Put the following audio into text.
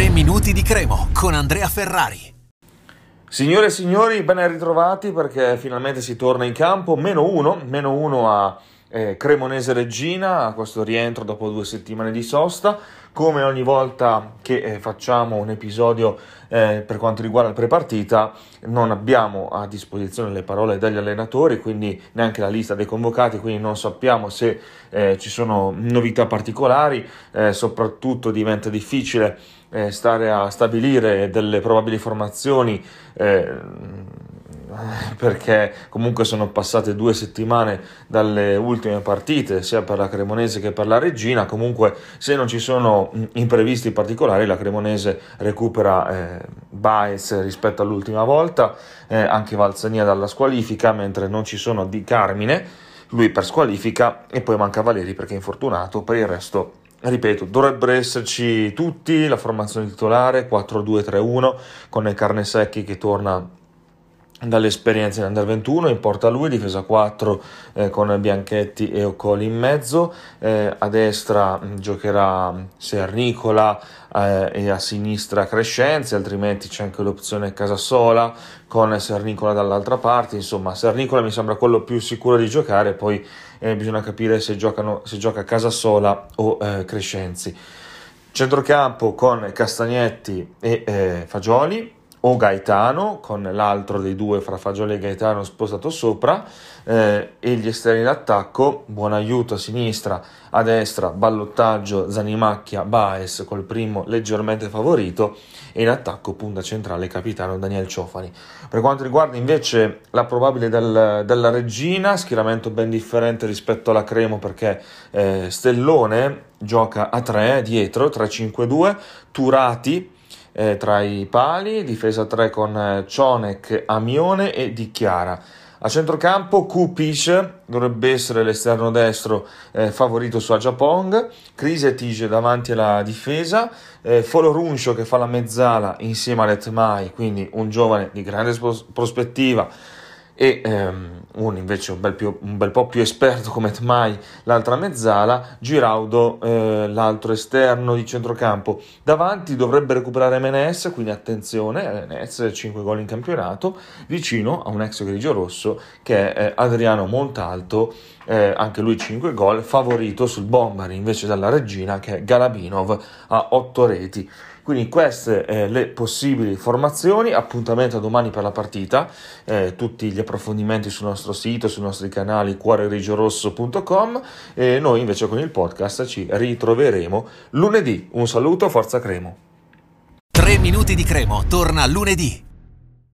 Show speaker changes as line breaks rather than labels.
3 minuti di Cremo con Andrea Ferrari.
Signore e signori, ben ritrovati perché finalmente si torna in campo. Meno uno a Cremonese Reggina, a questo rientro dopo 2 settimane di sosta. Come ogni volta che facciamo un episodio per quanto riguarda il prepartita, non abbiamo a disposizione le parole degli allenatori, quindi neanche la lista dei convocati, quindi non sappiamo se ci sono novità particolari, soprattutto diventa difficile stare a stabilire delle probabili formazioni perché comunque sono passate 2 settimane dalle ultime partite sia per la Cremonese che per la Reggina. Comunque, se non ci sono imprevisti particolari, la Cremonese recupera Baez rispetto all'ultima volta, anche Valsania dalla squalifica, mentre non ci sono Di Carmine, lui per squalifica, e poi manca Valeri perché è infortunato. Per il resto, ripeto, dovrebbero esserci tutti, la formazione titolare 4-2-3-1 con Carnesecchi che torna dall'esperienza in Under 21, in porta lui, difesa 4 con Bianchetti e Occoli in mezzo, a destra giocherà Sernicola e a sinistra Crescenzi, altrimenti c'è anche l'opzione Casasola con Sernicola dall'altra parte. Insomma, Sernicola mi sembra quello più sicuro di giocare, poi bisogna capire se gioca Casasola o Crescenzi. Centrocampo con Castagnetti e Fagioli, o Gaetano, con l'altro dei due fra Fagioli e Gaetano spostato sopra, e gli esterni d'attacco, Buonaiuto a sinistra, a destra ballottaggio Zanimacchia, Baez col primo leggermente favorito, e in attacco punta centrale capitano Daniel Ciofani. Per quanto riguarda invece la probabile della Reggina, schieramento ben differente rispetto alla Cremo, perché Stellone gioca a 3 dietro, 3-5-2, Turati tra i pali, difesa 3 con Cionek, Amione e Di Chiara. A centrocampo Kupic dovrebbe essere l'esterno destro favorito su Ajapong, Križetić davanti alla difesa, Foloruncio che fa la mezzala insieme a Letmai, quindi un giovane di grande prospettiva, e invece un bel po' più esperto come Tmai l'altra mezzala, Giraudo l'altro esterno di centrocampo. Davanti dovrebbe recuperare Menes, quindi attenzione, Menes 5 gol in campionato, vicino a un ex grigio-rosso che è Adriano Montalto, anche lui 5 gol, favorito sul Bombari invece dalla Reggina che è Galabinov a 8 reti. Quindi queste le possibili formazioni. Appuntamento a domani per la partita, tutti gli approfondimenti sul nostro sito, sui nostri canali cuoregrigiorosso.com, e noi invece con il podcast ci ritroveremo lunedì. Un saluto, forza Cremo.
3 minuti di Cremo torna lunedì.